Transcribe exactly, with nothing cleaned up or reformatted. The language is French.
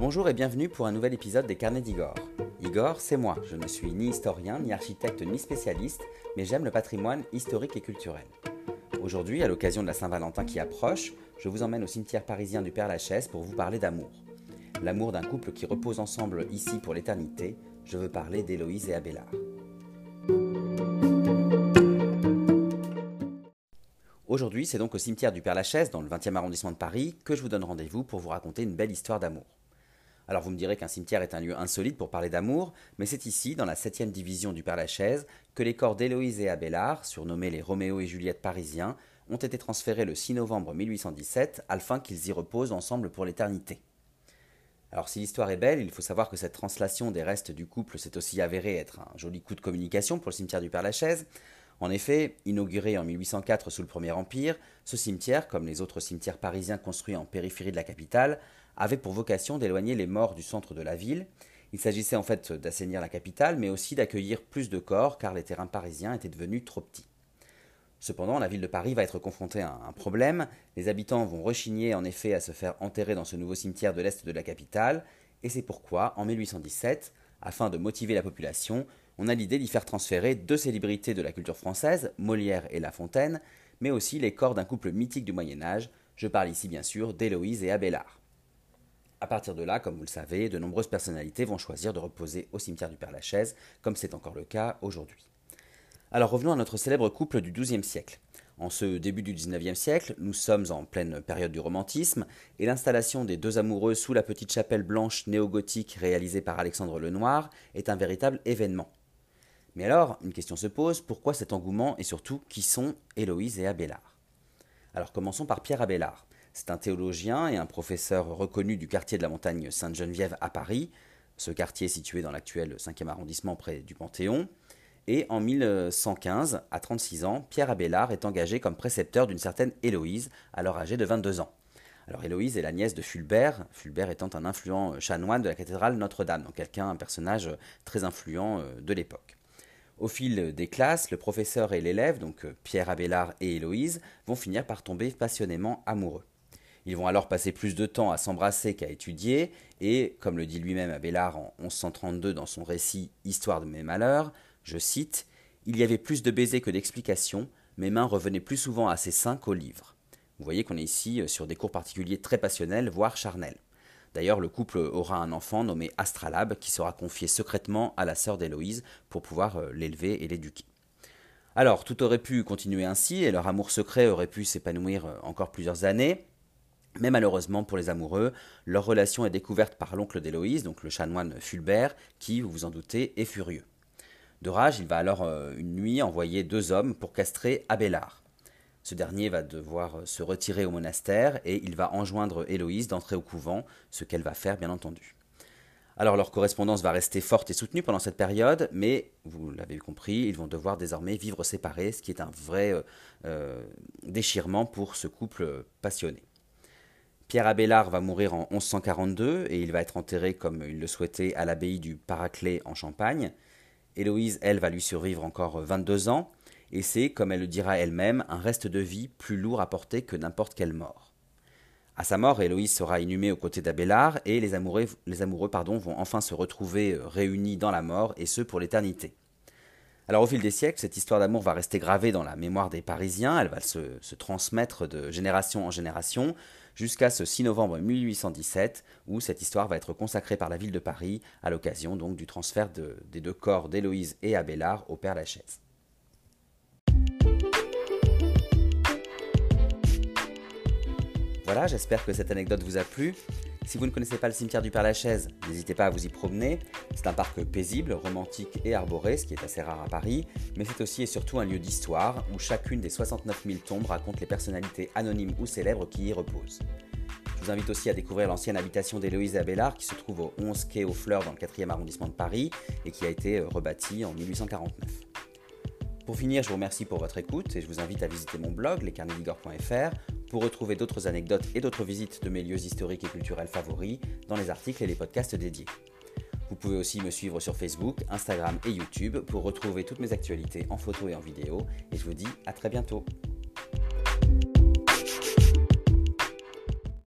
Bonjour et bienvenue pour un nouvel épisode des Carnets d'Igor. Igor, c'est moi, je ne suis ni historien, ni architecte, ni spécialiste, mais j'aime le patrimoine historique et culturel. Aujourd'hui, à l'occasion de la Saint-Valentin qui approche, je vous emmène au cimetière parisien du Père-Lachaise pour vous parler d'amour. L'amour d'un couple qui repose ensemble ici pour l'éternité, je veux parler d'Héloïse et Abélard. Aujourd'hui, c'est donc au cimetière du Père-Lachaise, dans le vingtième arrondissement de Paris, que je vous donne rendez-vous pour vous raconter une belle histoire d'amour. Alors vous me direz qu'un cimetière est un lieu insolite pour parler d'amour, mais c'est ici, dans la septième division du Père-Lachaise, que les corps d'Héloïse et Abélard, surnommés les Roméo et Juliette parisiens, ont été transférés le six novembre mille huit cent dix-sept, afin qu'ils y reposent ensemble pour l'éternité. Alors si l'histoire est belle, il faut savoir que cette translation des restes du couple s'est aussi avérée être un joli coup de communication pour le cimetière du Père-Lachaise. En effet, inauguré en mille huit cent quatre sous le Premier Empire, ce cimetière, comme les autres cimetières parisiens construits en périphérie de la capitale, avait pour vocation d'éloigner les morts du centre de la ville. Il s'agissait en fait d'assainir la capitale, mais aussi d'accueillir plus de corps, car les terrains parisiens étaient devenus trop petits. Cependant, la ville de Paris va être confrontée à un problème. Les habitants vont rechigner en effet à se faire enterrer dans ce nouveau cimetière de l'est de la capitale, et c'est pourquoi, en mille huit cent dix-sept, afin de motiver la population, on a l'idée d'y faire transférer deux célébrités de la culture française, Molière et La Fontaine, mais aussi les corps d'un couple mythique du Moyen-Âge. Je parle ici bien sûr d'Héloïse et Abélard. A partir de là, comme vous le savez, de nombreuses personnalités vont choisir de reposer au cimetière du Père-Lachaise, comme c'est encore le cas aujourd'hui. Alors revenons à notre célèbre couple du douzième siècle. En ce début du dix-neuvième siècle, nous sommes en pleine période du romantisme, et l'installation des deux amoureux sous la petite chapelle blanche néo-gothique réalisée par Alexandre Lenoir est un véritable événement. Mais alors, une question se pose, pourquoi cet engouement et surtout, qui sont Héloïse et Abélard? Alors commençons par Pierre Abélard. C'est un théologien et un professeur reconnu du quartier de la Montagne Sainte-Geneviève à Paris, ce quartier situé dans l'actuel cinquième arrondissement près du Panthéon. Et en mille cent quinze, à trente-six ans, Pierre Abélard est engagé comme précepteur d'une certaine Héloïse, alors âgée de vingt-deux ans. Alors Héloïse est la nièce de Fulbert, Fulbert étant un influent chanoine de la cathédrale Notre-Dame, donc quelqu'un, un personnage très influent de l'époque. Au fil des classes, le professeur et l'élève, donc Pierre Abélard et Héloïse, vont finir par tomber passionnément amoureux. Ils vont alors passer plus de temps à s'embrasser qu'à étudier, et, comme le dit lui-même Abélard en mille onze cent trente-deux dans son récit « Histoire de mes malheurs », je cite « Il y avait plus de baisers que d'explications, mes mains revenaient plus souvent à ses seins qu'aux livres. » Vous voyez qu'on est ici sur des cours particuliers très passionnels, voire charnels. D'ailleurs, le couple aura un enfant nommé Astralabe qui sera confié secrètement à la sœur d'Héloïse pour pouvoir l'élever et l'éduquer. Alors, tout aurait pu continuer ainsi et leur amour secret aurait pu s'épanouir encore plusieurs années. Mais malheureusement pour les amoureux, leur relation est découverte par l'oncle d'Héloïse, donc le chanoine Fulbert, qui, vous vous en doutez, est furieux. De rage, il va alors euh, une nuit envoyer deux hommes pour castrer Abélard. Ce dernier va devoir se retirer au monastère et il va enjoindre Héloïse d'entrer au couvent, ce qu'elle va faire bien entendu. Alors leur correspondance va rester forte et soutenue pendant cette période, mais vous l'avez compris, ils vont devoir désormais vivre séparés, ce qui est un vrai euh, euh, déchirement pour ce couple passionné. Pierre Abélard va mourir en onze cent quarante-deux et il va être enterré comme il le souhaitait à l'abbaye du Paraclet en Champagne. Héloïse, elle, va lui survivre encore vingt-deux ans et c'est, comme elle le dira elle-même, un reste de vie plus lourd à porter que n'importe quelle mort. À sa mort, Héloïse sera inhumée aux côtés d'Abélard et les amoureux, les amoureux pardon, vont enfin se retrouver réunis dans la mort et ce pour l'éternité. Alors au fil des siècles, cette histoire d'amour va rester gravée dans la mémoire des Parisiens, elle va se, se transmettre de génération en génération, jusqu'à ce six novembre mille huit cent dix-sept, où cette histoire va être consacrée par la ville de Paris, à l'occasion donc du transfert de, des deux corps d'Héloïse et Abélard au Père-Lachaise. Voilà, j'espère que cette anecdote vous a plu. Si vous ne connaissez pas le cimetière du Père-Lachaise, n'hésitez pas à vous y promener. C'est un parc paisible, romantique et arboré, ce qui est assez rare à Paris, mais c'est aussi et surtout un lieu d'histoire où chacune des soixante-neuf mille tombes raconte les personnalités anonymes ou célèbres qui y reposent. Je vous invite aussi à découvrir l'ancienne habitation d'Héloïse et Abélard qui se trouve au onze quai aux Fleurs dans le quatrième arrondissement de Paris et qui a été rebâtie en mille huit cent quarante-neuf. Pour finir, je vous remercie pour votre écoute et je vous invite à visiter mon blog, les carnets d'igor point f r, pour retrouver d'autres anecdotes et d'autres visites de mes lieux historiques et culturels favoris dans les articles et les podcasts dédiés. Vous pouvez aussi me suivre sur Facebook, Instagram et YouTube pour retrouver toutes mes actualités en photo et en vidéo et je vous dis à très bientôt.